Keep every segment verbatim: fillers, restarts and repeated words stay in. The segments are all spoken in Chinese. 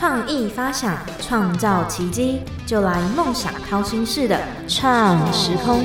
创意发想，创造奇迹，就来梦想掏心式的创时空。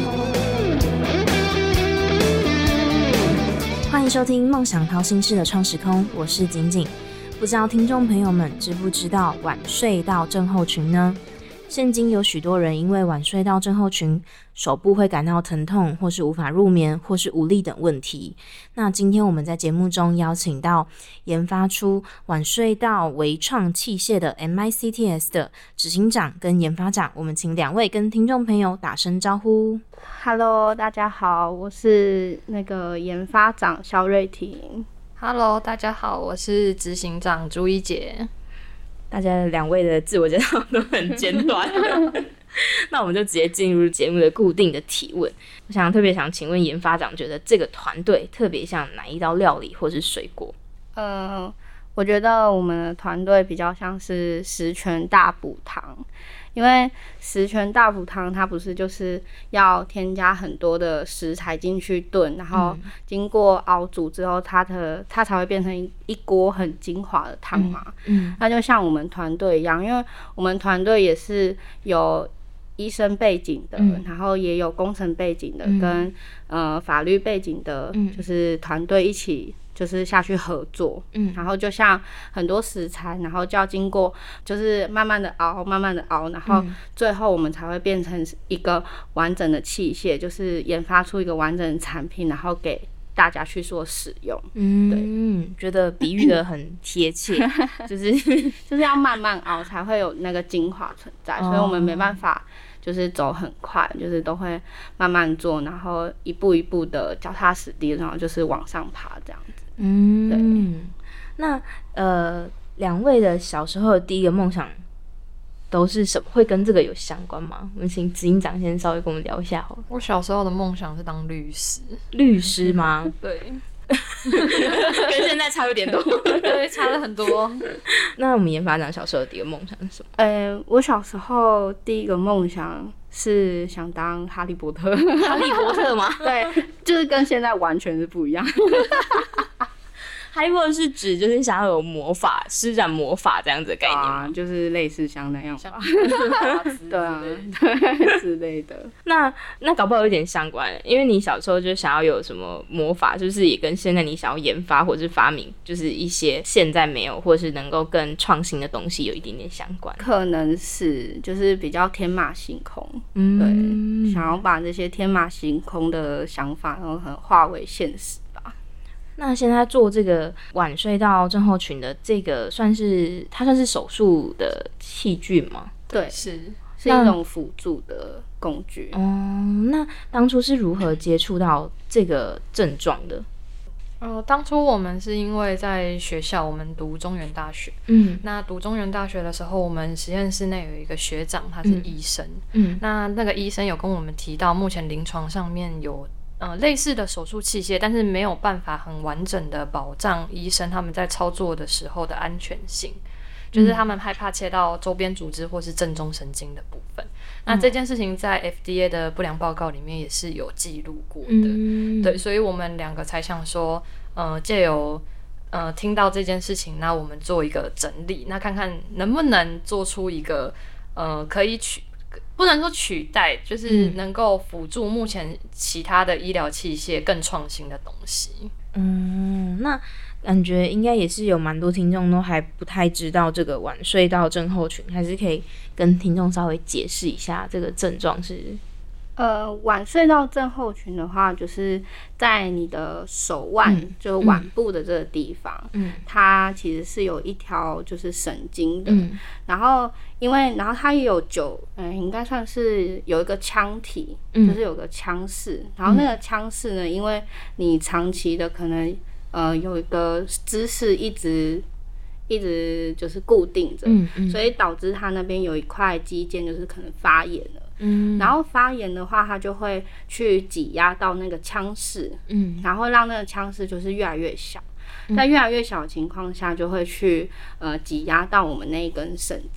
欢迎收听梦想掏心式的创时空，我是景景。不知道听众朋友们知不知道晚睡到症候群呢？现今有许多人因为晚睡到症候群，手部会感到疼痛，或是无法入眠，或是无力等问题。那今天我们在节目中邀请到研发出晚睡到微创器械的 M I C T S 的执行长跟研发长，我们请两位跟听众朋友打声招呼。 Hello， 大家好，我是那个研发长肖瑞婷。 Hello， 大家好，我是执行长朱一杰。 大家两位的自我介绍都很简短那我们就直接进入节目的固定的提问。我想特别想请问研发长，觉得这个团队特别像哪一道料理或是水果？ 呃，我觉得我们的团队比较像是十全大补汤。因为十全大补汤它不是就是要添加很多的食材进去炖，然后经过熬煮之后它的它才会变成一锅很精华的汤嘛。嗯，那就像我们团队一样，因为我们团队也是有医生背景的，嗯、然后也有工程背景的，嗯、跟呃法律背景的，嗯、就是团队一起就是下去合作，嗯，然后就像很多食材，然后就要经过就是慢慢的熬，慢慢的熬，然后最后我们才会变成一个完整的器械，就是研发出一个完整的产品，然后给大家去做使用。 嗯，对，觉得比喻的很贴切，就是就是要慢慢熬才会有那个精华存在，所以我们没办法就是走很快，就是都会慢慢做，然后一步一步的脚踏实地，然后就是往上爬这样子。 嗯，对。那呃，两位的小时候的第一个梦想都是什么？会跟这个有相关吗？我们请执行长先稍微跟我们聊一下好了。 我小时候的梦想是当律师。 律师吗？ 对。 跟现在差有点多。 对，差了很多。 那我们研发长小时候的第一个梦想是什么？ 呃，我小时候第一个梦想是想当哈利波特。 哈利波特吗？ 对，就是跟现在完全是不一样。 哈利波特是指就是想要有魔法，施展魔法这样子的概念吗？ 啊，就是类似像那样吧。对啊，对之类的。 那那搞不好有点相关，因为你小时候就想要有什么魔法，是不是也跟现在你想要研发或是发明，就是一些现在没有或是能够更创新的东西有一点点相关？ 可能是，就是比较天马行空。 嗯， 对，想要把这些天马行空的想法，然后很化为现实。 那现在做这个晚睡到症候群的这个，算是它算是手术的器具吗？ 对， 是是一种辅助的工具。 哦、嗯，那当初是如何接触到这个症状的？ 呃，当初我们是因为在学校，我们读中原大学。嗯，那读中原大学的时候，我们实验室内有一个学长，他是医生。嗯，那那个医生有跟我们提到，目前临床上面有呃，类似的手术器械，但是没有办法很完整的保障医生他们在操作的时候的安全性，就是他们害怕切到周边组织或是正中神经的部分。嗯、那这件事情在 F D A 的不良报告里面也是有记录过的。嗯、对，所以我们两个才想说，呃，借由呃听到这件事情，那我们做一个整理，那看看能不能做出一个呃可以取。不能说取代，就是能够辅助目前其他的医疗器械更创新的东西。 嗯，那感觉应该也是有蛮多听众都还不太知道这个晚睡到症候群，还是可以跟听众稍微解释一下这个症状是。 呃，晚睡到症候群的话，就是在你的手腕，嗯、就腕部的这个地方，嗯，它其实是有一条就是神经的，嗯、然后因为然后它也有九，嗯，应该算是有一个腔体，嗯、就是有个腔室，然后那个腔室呢，因为你长期的可能呃有一个姿势一直。一直就是固定着，嗯嗯、所以导致它那边有一块肌腱就是可能发炎了。嗯、然后发炎的话，它就会去挤压到那个腔室，嗯、然后让那个腔室就是越来越小。在越来越小的情况下，就会去呃挤压到我们那一根神经，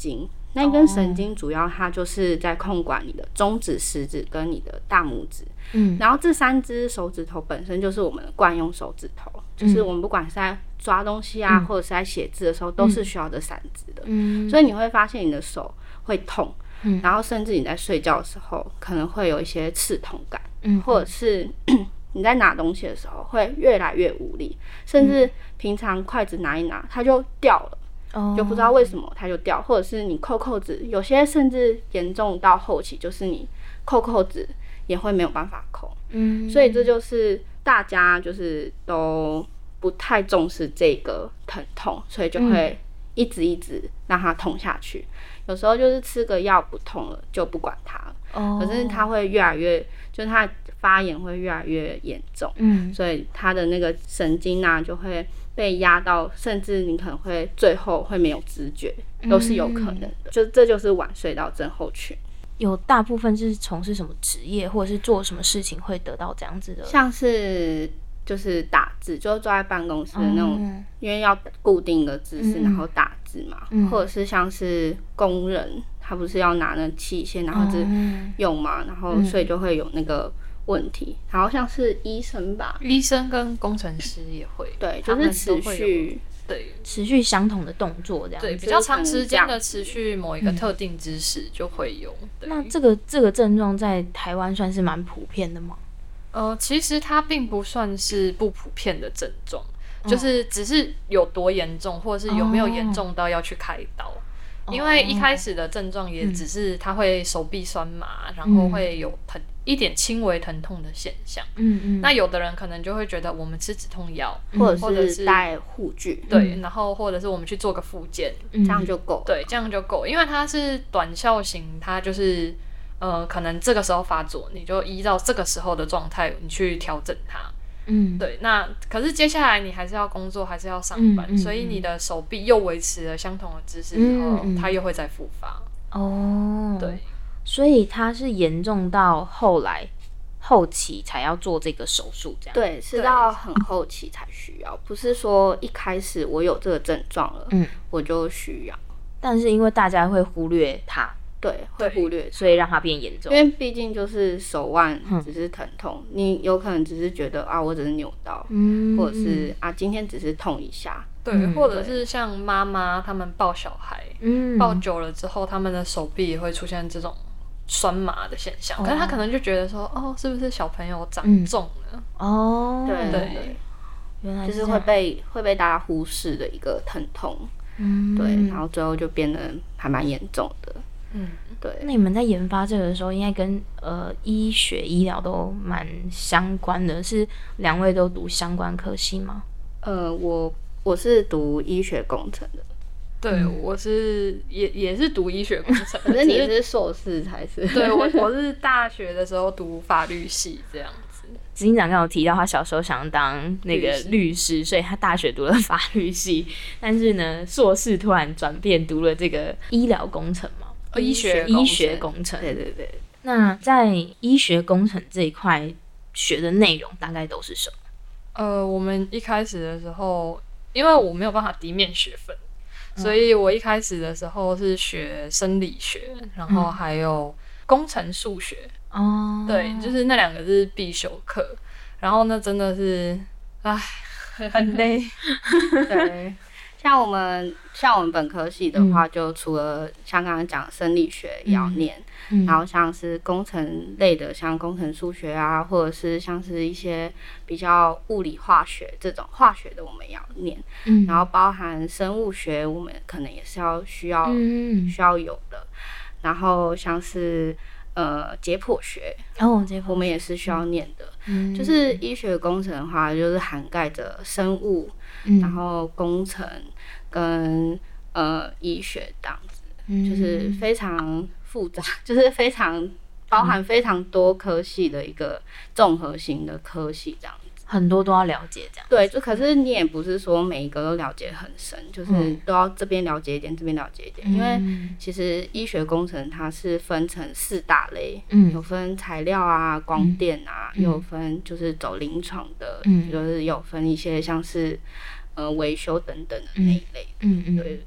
那根神经主要它就是在控管你的中指、食指跟你的大拇指。嗯，然后这三只手指头本身就是我们的惯用手指头，嗯、就是我们不管是在抓东西啊，嗯、或者是在写字的时候，都是需要这三只的。嗯，所以你会发现你的手会痛，嗯、然后甚至你在睡觉的时候可能会有一些刺痛感，嗯、或者是你在拿东西的时候会越来越无力，甚至平常筷子拿一拿它就掉了。Oh. 就不知道为什么它就掉，或者是你扣扣子，有些甚至严重到后期，就是你扣扣子也会没有办法扣。嗯，所以这就是大家就是都不太重视这个疼痛，所以就会一直一直让它痛下去。有时候就是吃个药不痛了就不管它了， oh. 可是它会越来越，就是它发炎会越来越严重。嗯，所以它的那个神经啊就会被压到，甚至你可能会最后会没有知觉，都是有可能的。嗯、就这就是晚睡到症候群。 有大部分是从事什么职业，或者是做什么事情会得到这样子的？ 像是就是打字，就是坐在办公室的那种，嗯、因为要固定的姿势，嗯、然后打字嘛，嗯、或者是像是工人，他不是要拿那器械，然后是用嘛，嗯、然后所以就会有那个问题。然后像是医生吧， 医生跟工程师也会， 对，就是持续。对， 持续相同的动作这样子， 对，比较长时间的持续某一个特定姿势就会有。嗯、 那这个这个症状在台湾算是蛮普遍的吗？ 呃，其实它并不算是不普遍的症状，哦、就是只是有多严重，或者是有没有严重到要去开刀。哦、因为一开始的症状也只是它会手臂酸麻，嗯、然后会有疼一点轻微疼痛的现象。嗯嗯。那有的人可能就会觉得我们吃止痛药， 嗯、或者是戴护具， 对，嗯、然后或者是我们去做个复健， 嗯、这样就够。 对，这样就够，因为它是短效型，它就是呃，可能这个时候发作，你就依照这个时候的状态，你去调整它。嗯，对，那可是接下来你还是要工作，还是要上班，嗯嗯嗯、所以你的手臂又维持了相同的姿势之后，嗯嗯、它又会再复发。哦，对， 所以它是严重到后来后期才要做这个手术，这样？ 对，是到很后期才需要，不是说一开始我有这个症状了，嗯，我就需要。 但是因为大家会忽略它。 对，会忽略， 所以让它变严重。 因为毕竟就是手腕只是疼痛，嗯、你有可能只是觉得啊，我只是扭到，嗯、或者是啊，今天只是痛一下。 对，嗯、或者是像妈妈他们抱小孩，嗯、抱久了之后，他们的手臂也会出现这种酸麻的现象。哦、可是他可能就觉得说，哦，是不是小朋友长重了？嗯、 哦，对对，原来是就是会被会被大家忽视的一个疼痛。嗯，对，然后最后就变得还蛮严重的。嗯，对。 那你们在研发这个的时候，应该跟呃医学医疗都蛮相关的，是两位都读相关科系吗？ 呃，我我是读医学工程的， 对，嗯、我是也也是读医学工程， 可是你是硕士才是？ 对，我我是大学的时候读法律系这样子。 执行长刚刚有提到，他小时候想当那个律师，所以他大学读了法律系，但是呢，硕士突然转变读了这个医疗工程嘛。 医学医学工程， 对对对。 那在医学工程这一块学的内容大概都是什么？ 呃，我们一开始的时候，因为我没有办法抵免学分，嗯、所以我一开始的时候是学生理学，然后还有工程数学。哦、嗯，对，就是那两个是必修课。然后那真的是，唉，很累。 对。像我们像我们本科系的话，就除了像刚刚讲生理学也要念，嗯、然后像是工程类的，像工程数学啊，或者是像是一些比较物理化学这种化学的，我们也要念。嗯、然后包含生物学，我们可能也是要需要、嗯、需要有的。然后像是呃解剖学， 哦，解剖我们也是需要念的。嗯、就是医学工程的话，就是涵盖着生物。嗯、然后工程跟呃医学这样子，嗯、就是非常复杂，就是非常包含非常多科系的一个综合型的科系这样子， 很多都要了解这样子。 对，就可是你也不是说每一个都了解很深，就是都要这边了解一点，这边了解一点，嗯、因为其实医学工程它是分成四大类，嗯、有分材料啊、光电啊，嗯、有分就是走临床的，嗯、就是有分一些像是呃维修等等的那一类，嗯嗯，对对对，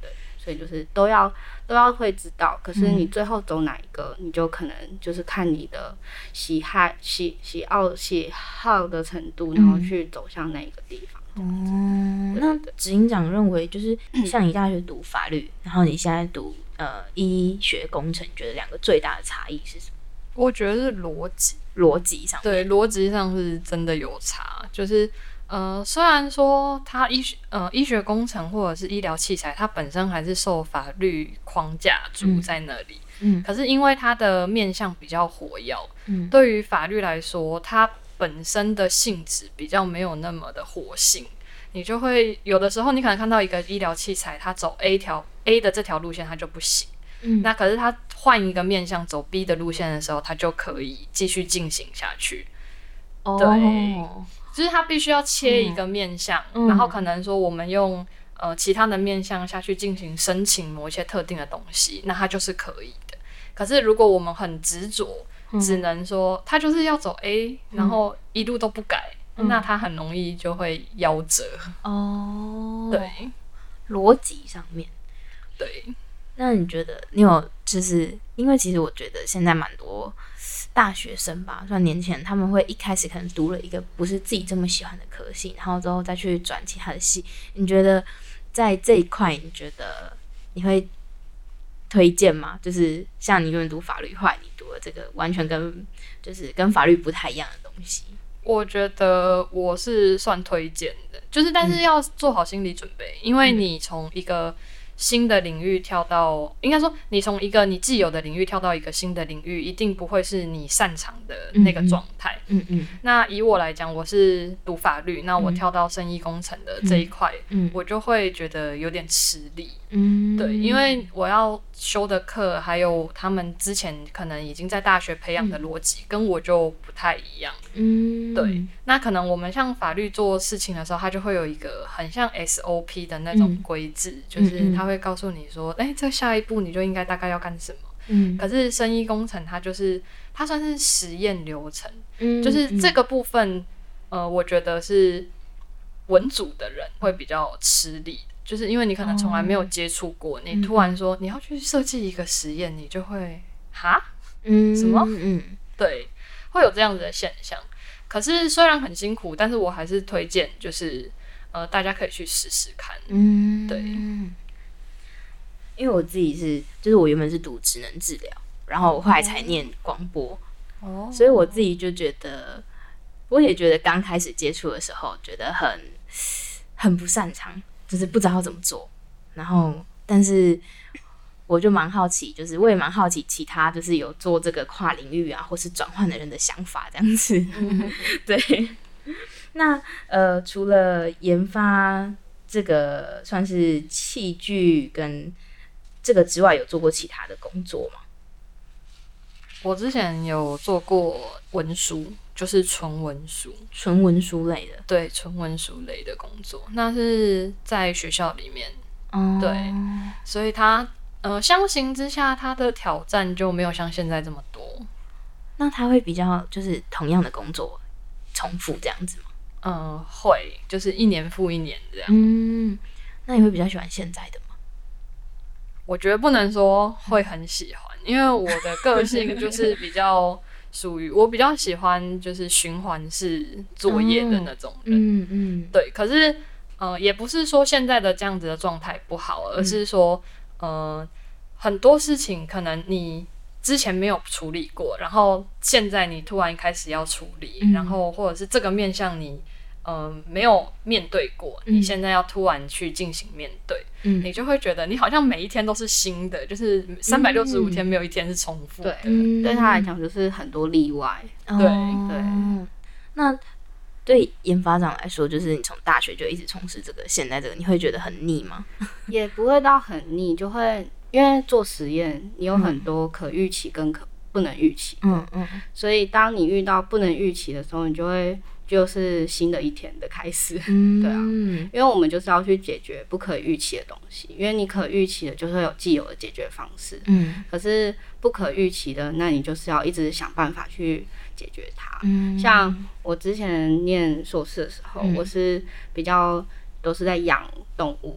所以就是都要都要会知道。可是你最后走哪一个，你就可能就是看你的喜好、喜喜好、喜好的程度，然后去走向那一个地方。哦、 嗯，那执行长认为，就是像你大学读法律，然后你现在读呃医学工程，你觉得两个最大的差异是什么？ 我觉得是逻辑， 逻辑上面， 对，逻辑上是真的有差。就是呃，虽然说它医学呃医学工程或者是医疗器材，它本身还是受法律框架住在那里，嗯，可是因为它的面向比较活跃，嗯，对于法律来说，它本身的性质比较没有那么的活性，你就会有的时候你可能看到一个医疗器材，它走 A 条 A 的这条路线它就不行，嗯，那可是它换一个面向走 B 的路线的时候，它就可以继续进行下去。哦，对，就是它必须要切一个面向，嗯，然后可能说我们用呃其他的面向下去进行申请某一些特定的东西，那它就是可以的。可是如果我们很执着，只能说他就是要走 A， 然后一路都不改，嗯，那他很容易就会夭折。哦，对， 逻辑上面， 对。 那你觉得你有就是因为其实我觉得现在蛮多大学生吧，算年轻人，他们会一开始可能读了一个不是自己这么喜欢的科系，然后之后再去转其他的系。你觉得在这一块，你觉得你会推荐吗？就是像你原本读法律，后来你读了这个完全跟就是跟法律不太一样的东西。 我觉得我是算推荐的，就是但是要做好心理准备，嗯，因为你从一个新的领域跳到，应该说你从一个你既有的领域跳到一个新的领域，一定不会是你擅长的那个状态。嗯 嗯, 嗯。那以我来讲，我是读法律，那我跳到生医工程的这一块，嗯，我就会觉得有点吃力。嗯，对，因为我要修的课，还有他们之前可能已经在大学培养的逻辑，嗯，跟我就不太一样。嗯，对。那可能我们像法律做事情的时候，它就会有一个很像 S O P 的那种规制，嗯，就是它会告诉你说，哎，这下一步你就应该大概要干什么。嗯，可是生医工程它就是它算是实验流程，嗯，就是这个部分，呃，我觉得是文组的人会比较吃力。就是因为你可能从来没有接触过，哦，你突然说你要去设计一个实验，你就会哈，嗯，什么？嗯，对，会有这样子的现象。可是虽然很辛苦，但是我还是推荐，就是呃，大家可以去试试看。嗯，对。 因为我自己是，就是我原本是读职能治疗，然后我后来才念广播，哦，所以我自己就觉得，我也觉得刚开始接触的时候，觉得很很不擅长。就是不知道怎么做，然后但是我就蛮好奇，就是我也蛮好奇其他就是有做这个跨领域啊或是转换的人的想法这样子。嗯，对。那呃除了研发这个算是器具跟这个之外，有做过其他的工作吗？ 我之前有做过文书，就是纯文书， 纯文书类的， 对，纯文书类的工作，那是在学校里面，哦，对，所以它呃相形之下，它的挑战就没有像现在这么多。 那它会比较就是同样的工作重复这样子吗？ 嗯、呃，会，就是一年复一年这样。 嗯，那你会比较喜欢现在的吗？ 我觉得不能说会很喜欢，因为我的个性就是比较属于我比较喜欢就是循环式作业的那种人。嗯嗯，对。可是呃，也不是说现在的这样子的状态不好，而是说呃，很多事情可能你之前没有处理过，然后现在你突然开始要处理，嗯，然后或者是这个面向你呃没有面对过，嗯，你现在要突然去进行面对，嗯，你就会觉得你好像每一天都是新的，就是三百六十五天没有一天是重复的。 对，嗯，对他来讲就是很多例外。 对，哦，对。那对研发长来说，就是你从大学就一直从事这个，现在这个，你会觉得很腻吗？ 也不会到很腻，就会因为做实验，你有很多可预期跟可不能预期的，嗯嗯，所以当你遇到不能预期的时候，你就会就是新的一天的开始。嗯，对啊，因为我们就是要去解决不可预期的东西，因为你可预期的就是会有既有的解决方式，嗯，可是不可预期的，那你就是要一直想办法去解决它。嗯，像我之前念硕士的时候，嗯，我是比较都是在养动物。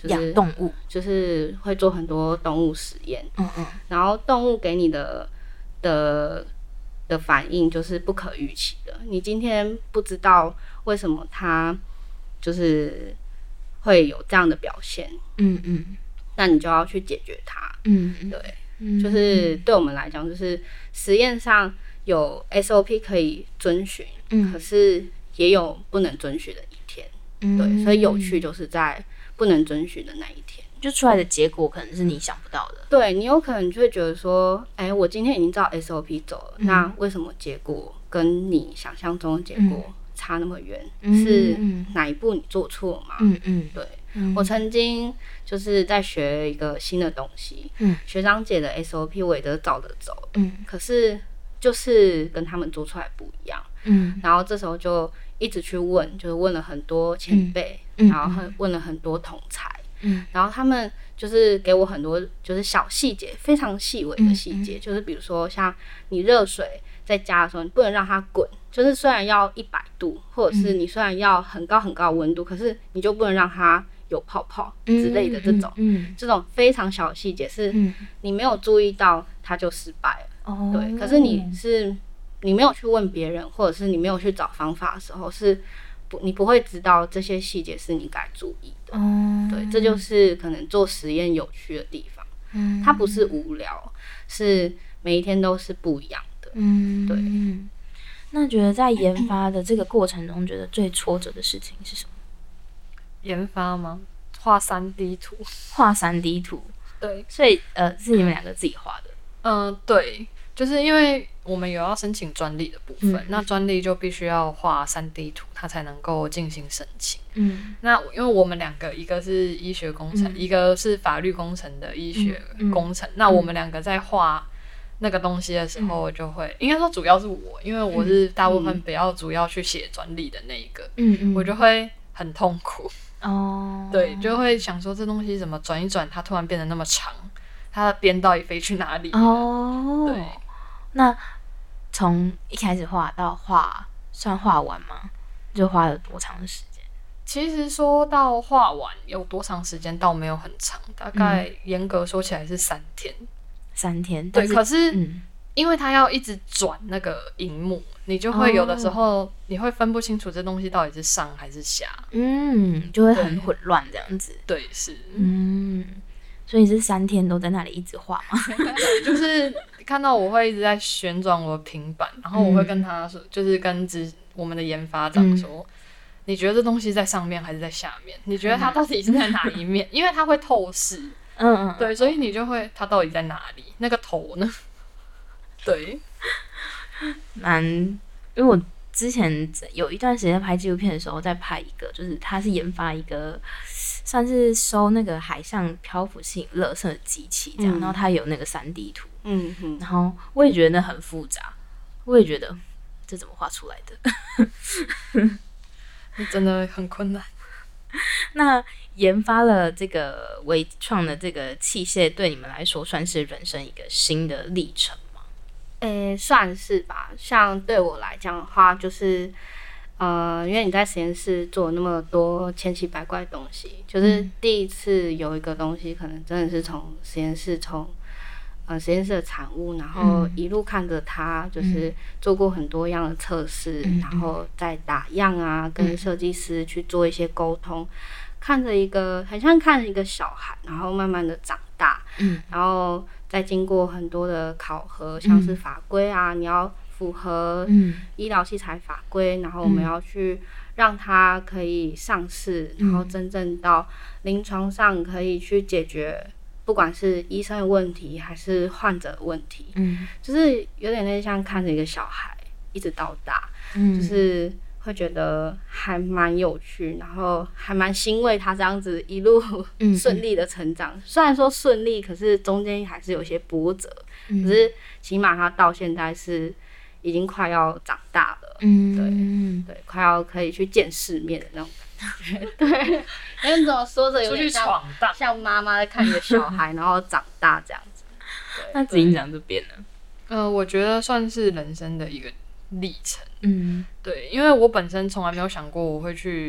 就是养动物， 就是会做很多动物实验， 嗯嗯， 然后动物给你的的的反应就是不可预期的，你今天不知道为什么它就是会有这样的表现， 嗯嗯， 那你就要去解决它， 嗯嗯， 对，嗯、就是对我们来讲，就是实验上有 S O P 可以遵循，嗯，可是也有不能遵循的一天，嗯，对，所以有趣就是在不能遵循的那一天， 就出来的结果可能是你想不到的， 对，你有可能就会觉得说，哎、欸，我今天已经照 S O P 走了，嗯、那为什么结果跟你想象中的结果差那么远？嗯、是哪一步你做错吗？嗯嗯，对。嗯、我曾经就是在学一个新的东西，嗯、学长姐的 S O P 我也都照着走，嗯，可是就是跟他们做出来不一样，嗯，然后这时候就一直去问，就是问了很多前辈，嗯、然后很问了很多同才，嗯，然后他们就是给我很多就是小细节，非常细微的细节，嗯嗯，就是比如说像你热水在加的时候，你不能让它滚，就是虽然要一百度，或者是你虽然要很高很高的温度，可是你就不能让它有泡泡之类的这种，嗯嗯嗯、这种非常小的细节是你没有注意到，它就失败了。哦，对，可是你是你没有去问别人，或者是你没有去找方法的时候，是不你不会知道这些细节是你该注意的。哦，对，这就是可能做实验有趣的地方。嗯，它不是无聊，是每一天都是不一样的。嗯，对。 那觉得在研发的这个过程中，觉得最挫折的事情是什么？ 研发吗？画 三 D 图， 画 三 D 图， 对， 所以呃是你们两个自己画的。 嗯、呃，对，就是因为我们有要申请专利的部分，嗯、那专利就必须要画 三 D 图，它才能够进行申请。嗯，那因为我们两个，一个是医学工程，嗯、一个是法律工程的医学工程，嗯、那我们两个在画那个东西的时候，就会、嗯、应该说主要是我，因为我是大部分比较主要去写专利的那一个，嗯嗯，我就会很痛苦。哦，对，就会想说这东西怎么转一转，它突然变得那么长，它的边到底飞去哪里？哦，对， 那从一开始画到画，算画完吗？就花了多长的时间？ 其实说到画完有多长时间，倒没有很长，大概严格说起来是三天。 三天， 对，可是、嗯、因为它要一直转那个萤幕，你就会有的时候、哦、你会分不清楚这东西到底是上还是下， 嗯，就会很混乱这样子。 对，是， 嗯，所以你是三天都在那里一直画吗？ 就是看到我会一直在旋转我的平板，然后我会跟他说，嗯、就是跟我们的研发长说。嗯，你觉得这东西在上面还是在下面？你觉得它到底是在哪一面？因为它会透视，嗯嗯，对，所以你就会它到底在哪里？那个头呢？对， 蛮，因为我之前有一段时间拍纪录片的时候，在拍一个，就是他是研发一个算是收那个海上漂浮性垃圾的机器这样，嗯、然后它有那个 三 D 图，嗯嗯，然后我也觉得那很复杂，我也觉得这怎么画出来的？ 真的很困难。 那研发了这个微创的这个器械，对你们来说算是人生一个新的历程吗？ 诶、欸，算是吧。像对我来讲的话，就是呃，因为你在实验室做那么多千奇百怪的东西，就是第一次有一个东西，可能真的是从实验室从。呃，实验室的产物，然后一路看着它，就是做过很多样的测试，嗯、然后再打样啊，跟设计师去做一些沟通，嗯、看着一个很像看着一个小孩，然后慢慢的长大，嗯、然后再经过很多的考核，像是法规啊，你要符合医疗器材法规，然后我们要去让它可以上市，然后真正到临床上可以去解决。不管是医生的问题还是患者的问题，嗯，就是有点类似像看着一个小孩一直到大，嗯，就是会觉得还蛮有趣，然后还蛮欣慰他这样子一路顺利的成长。嗯、虽然说顺利，可是中间还是有些波折，嗯、可是起码他到现在是已经快要长大了，嗯，对对，快要可以去见世面的那种。对，因为怎么说着有点像像妈妈在看一个小孩，然后长大这样子。 那子英讲这边呢？ 呃，我觉得算是人生的一个历程。嗯，对，因为我本身从来没有想过我会去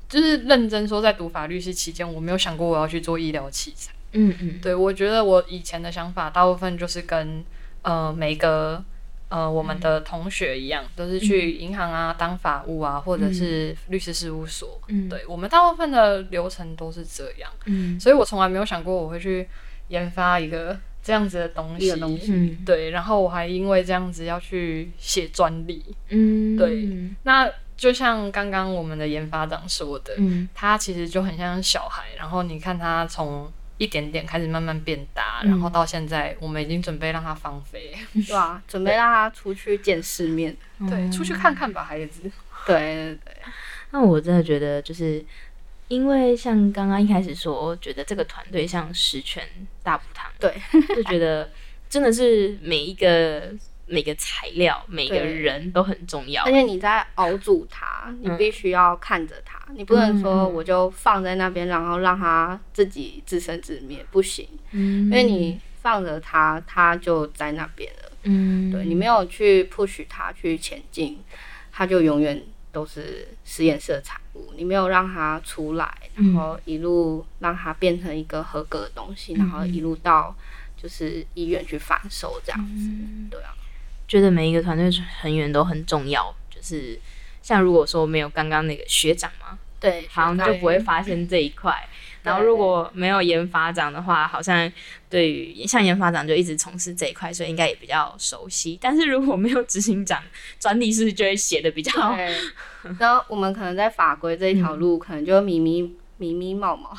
就是认真说，在读法律系期间，我没有想过我要去做医疗器材。 嗯嗯， 对，我觉得我以前的想法大部分就是跟呃每个呃我们的同学一样，都是去银行啊、当法务啊，或者是律师事务所。嗯，对，我们大部分的流程都是这样。嗯，所以我从来没有想过我会去研发一个这样子的东西。 东西嗯，对，然后我还因为这样子要去写专利。嗯，对，那就像刚刚我们的研发长说的，嗯，他其实就很像小孩，然后你看他从一点点开始慢慢变大，嗯、然后到现在，我们已经准备让他放飞， 对啊，准备让他出去见世面， 对，出去看看吧，孩子。 对对对。 那我真的觉得，就是因为像刚刚一开始说，觉得这个团队像十全大补汤， 对， 就觉得真的是每一个每个材料、每个人都很重要， 而且你在熬煮它，你必须要看着它。你不能说我就放在那边，然后让它自己自生自灭，不行。嗯，因为你放着它，它就在那边了。嗯，对，你没有去 push 它去前进，它就永远都是实验室的产物。你没有让它出来，然后一路让它变成一个合格的东西，然后一路到就是医院去贩售这样子。对啊， 觉得每一个团队成员都很重要，就是像如果说没有刚刚那个学长嘛， 对， 好像就不会发现这一块。然后如果没有研发长的话，好像对于像研发长就一直从事这一块，所以应该也比较熟悉。但是如果没有执行长，专利是不是就会写的比较？ 然后我们可能在法规这一条路，可能就迷迷迷迷冒冒。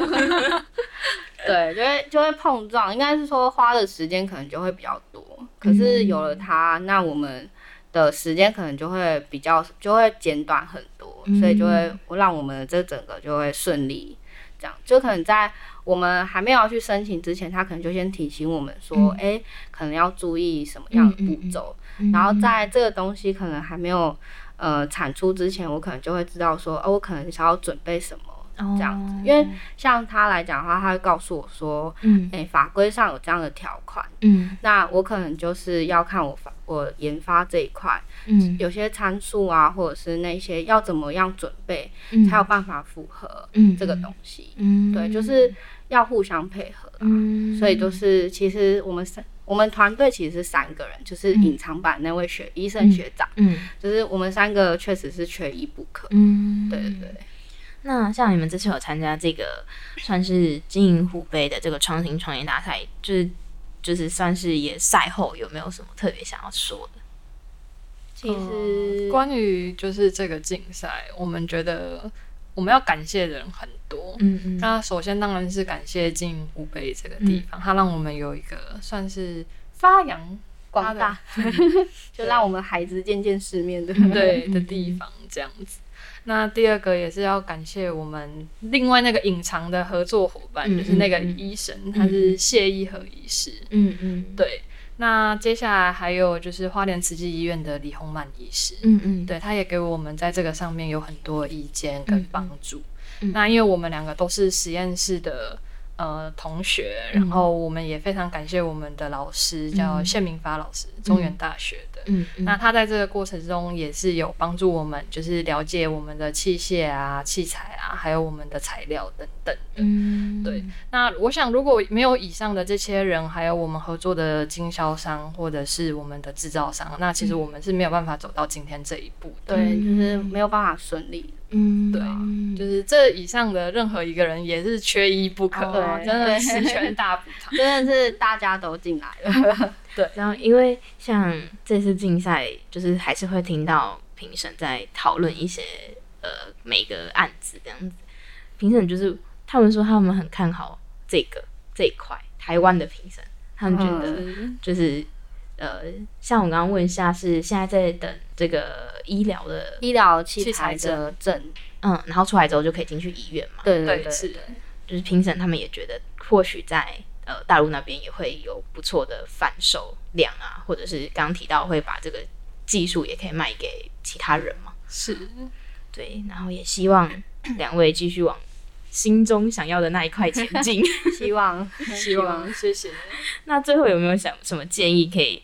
对，就会就会碰撞，应该是说花的时间可能就会比较多。可是有了它，那我们的时间可能就会比较就会减短很多，所以就会让我们这整个就会顺利。这样就可能在我们还没有要去申请之前，他可能就先提醒我们说，哎、嗯欸，可能要注意什么样的步骤、嗯嗯嗯，然后在这个东西可能还没有呃产出之前，我可能就会知道说，哦，我可能想要准备什么。这样子，因为像他来讲的话，他会告诉我说，嗯，哎、欸，法规上有这样的条款，嗯，那我可能就是要看我法我研发这一块，嗯，有些参数啊，或者是那些要怎么样准备，嗯，才有办法符合这个东西，嗯，对，就是要互相配合啦，嗯，所以就是其实我们三我们团队其实是三个人，就是隐藏版那位学医生学长，嗯，就是我们三个确实是缺一不可，嗯，对对对。 那像你们这次有参加这个算是经营虎杯的这个创新创业大赛，就是就是算是也赛后有没有什么特别想要说的？ 其实、 呃、关于就是这个竞赛，我们觉得我们要感谢的人很多。嗯嗯。那首先当然是感谢经营虎杯这个地方、嗯，它让我们有一个算是发扬光大，就让我们孩子见见世面的对的地方这样子。那第二个也是要感谢我们另外那个隐藏的合作伙伴，嗯、就是那个医生，嗯、他是谢一和医师。嗯嗯，对。那接下来还有就是花莲慈济医院的李洪满医师。嗯嗯，对，他也给我们在这个上面有很多意见跟帮助。嗯嗯，那因为我们两个都是实验室的呃同学，然后我们也非常感谢我们的老师，叫谢明发老师，中原大学的。嗯嗯，那他在这个过程中也是有帮助我们，就是了解我们的器械啊、器材啊，还有我们的材料等等的。嗯，对。那我想，如果没有以上的这些人，还有我们合作的经销商或者是我们的制造商，那其实我们是没有办法走到今天这一步的。 对，就是没有办法顺利。 嗯，对，就是这以上的任何一个人也是缺一不可， 哦、 真的十全大补汤， 真的是大家都进来了。 对，然后因为像这次竞赛，就是还是会听到评审在讨论一些呃每个案子这样子，评审就是他们说他们很看好这个这一块，台湾的评审，他们觉得就是。嗯呃，像我刚刚问一下，是现在在等这个医疗的医疗器材的证， 嗯，然后出来之后就可以进去医院嘛。 对对 对, 对，是的， 就是评审他们也觉得，或许在呃大陆那边也会有不错的贩售量啊，或者是刚刚提到会把这个技术也可以卖给其他人嘛。 是， 对，然后也希望两位继续往心中想要的那一块前进， 希望希望，谢谢。 那最后有没有想什么建议可以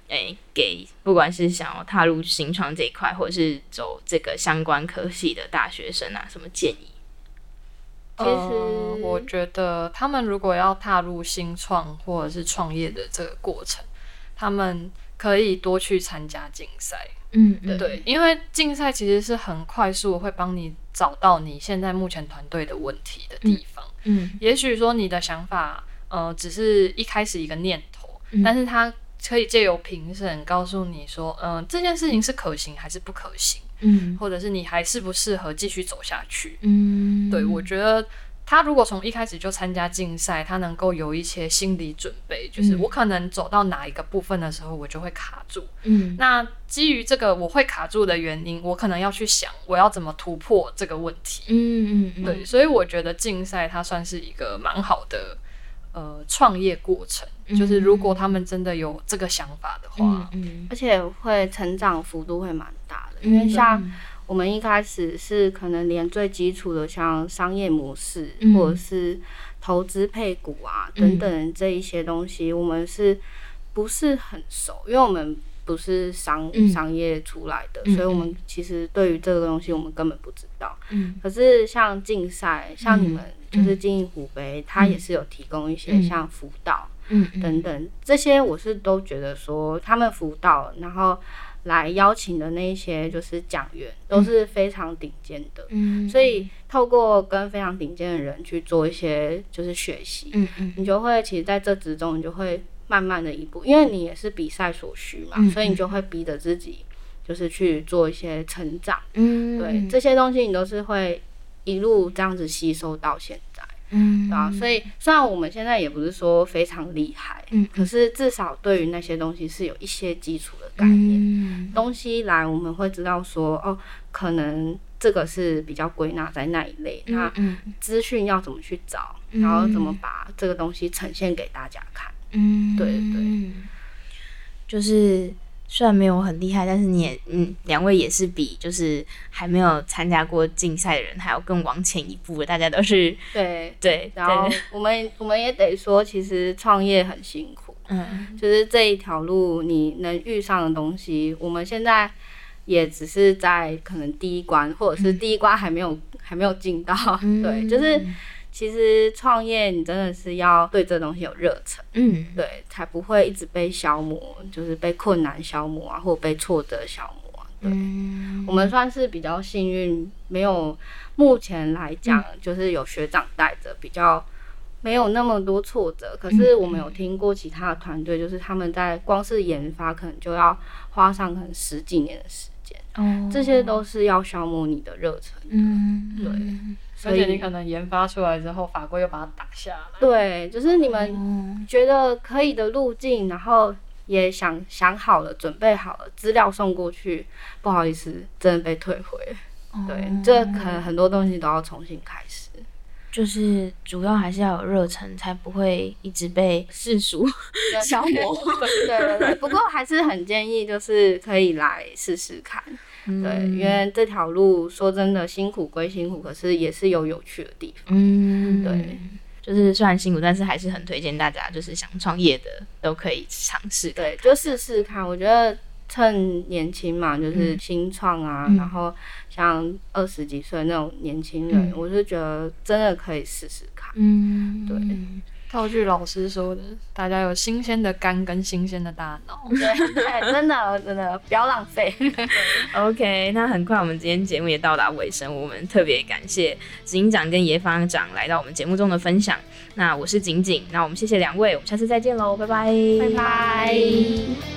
诶给不管是想要踏入新创这一块，或者是走这个相关科系的大学生啊，什么建议？ 其实、 呃、我觉得他们如果要踏入新创或者是创业的这个过程，他们可以多去参加竞赛。嗯，对，因为竞赛其实是很快速会帮你找到你现在目前团队的问题的地方。嗯，也许说你的想法呃只是一开始一个念头，嗯、但是它可以借由评审告诉你说，嗯、呃，这件事情是可行还是不可行。嗯，或者是你还适不适合继续走下去。嗯，对，我觉得他如果从一开始就参加竞赛，他能够有一些心理准备，就是我可能走到哪一个部分的时候我就会卡住。嗯，那基于这个我会卡住的原因，我可能要去想我要怎么突破这个问题。嗯嗯，对，所以我觉得竞赛它算是一个蛮好的呃创业过程，就是如果他们真的有这个想法的话。 嗯嗯，而且会成长幅度会蛮大的，因为像我们一开始是可能连最基础的像商业模式、嗯、或者是投资配股啊等等这一些东西，我们是不是很熟？因为我们不是商、嗯、商业出来的、嗯，所以我们其实对于这个东西我们根本不知道。嗯，可是像竞赛，像你们就是经营虎杯，它也是有提供一些像辅导。嗯，等等，这些我是都觉得说他们辅导，然后来邀请的那一些就是讲员都是非常顶尖的。嗯，所以透过跟非常顶尖的人去做一些就是学习，嗯嗯，你就会其实在这之中你就会慢慢的一步，因为你也是比赛所需嘛，嗯，所以你就会逼着自己就是去做一些成长。嗯，对，这些东西你都是会一路这样子吸收到现在。嗯，对啊，所以虽然我们现在也不是说非常厉害，嗯，可是至少对于那些东西是有一些基础的概念，嗯，东西来我们会知道说，哦，可能这个是比较归纳在那一类，嗯，那资讯要怎么去找，嗯，然后怎么把这个东西呈现给大家看，嗯，对对， 就是虽然没有很厉害，但是你也嗯，两位也是比就是还没有参加过竞赛的人还要更往前一步的，大家都是对对。 然后我们我们也得说，其实创业很辛苦，嗯，就是这一条路你能遇上的东西，我们现在也只是在可能第一关，或者是第一关还没有、嗯、还没有进到，嗯，对，就是。其实创业你真的是要对这东西有热忱，嗯，对，才不会一直被消磨，就是被困难消磨啊，或被挫折消磨啊。对，嗯，我们算是比较幸运，没有目前来讲，嗯，就是有学长带着，比较没有那么多挫折。可是我们有听过其他的团队，就是他们在光是研发可能就要花上可能十几年的时间，哦，这些都是要消磨你的热忱的，嗯，对。 而且你可能研发出来之后，法规又把它打下来。 对，就是你们觉得可以的路径，然后也想想好了，准备好了，资料送过去，不好意思，真的被退回。哦，对，这可能很多东西都要重新开始。 就是主要还是要有热忱，才不会一直被世俗消磨。 对对对，不过还是很建议，就是可以来试试看。嗯，对，因为这条路说真的辛苦归辛苦，可是也是有有趣的地方。嗯，对， 就是虽然辛苦，但是还是很推荐大家，就是想创业的都可以尝试。 对，就试试看。我觉得趁年轻嘛，就是新创啊，嗯，然后像二十几岁那种年轻人，嗯，我是觉得真的可以试试看。嗯，对。 套句老师说的，大家有新鲜的肝跟新鲜的大脑。 对对，真的真的不要浪费。 OK， 那很快我们今天节目也到达尾声，我们特别感谢执行长跟野方长来到我们节目中的分享。那我是景景，那我们谢谢两位，我们下次再见喽，拜拜， 拜拜。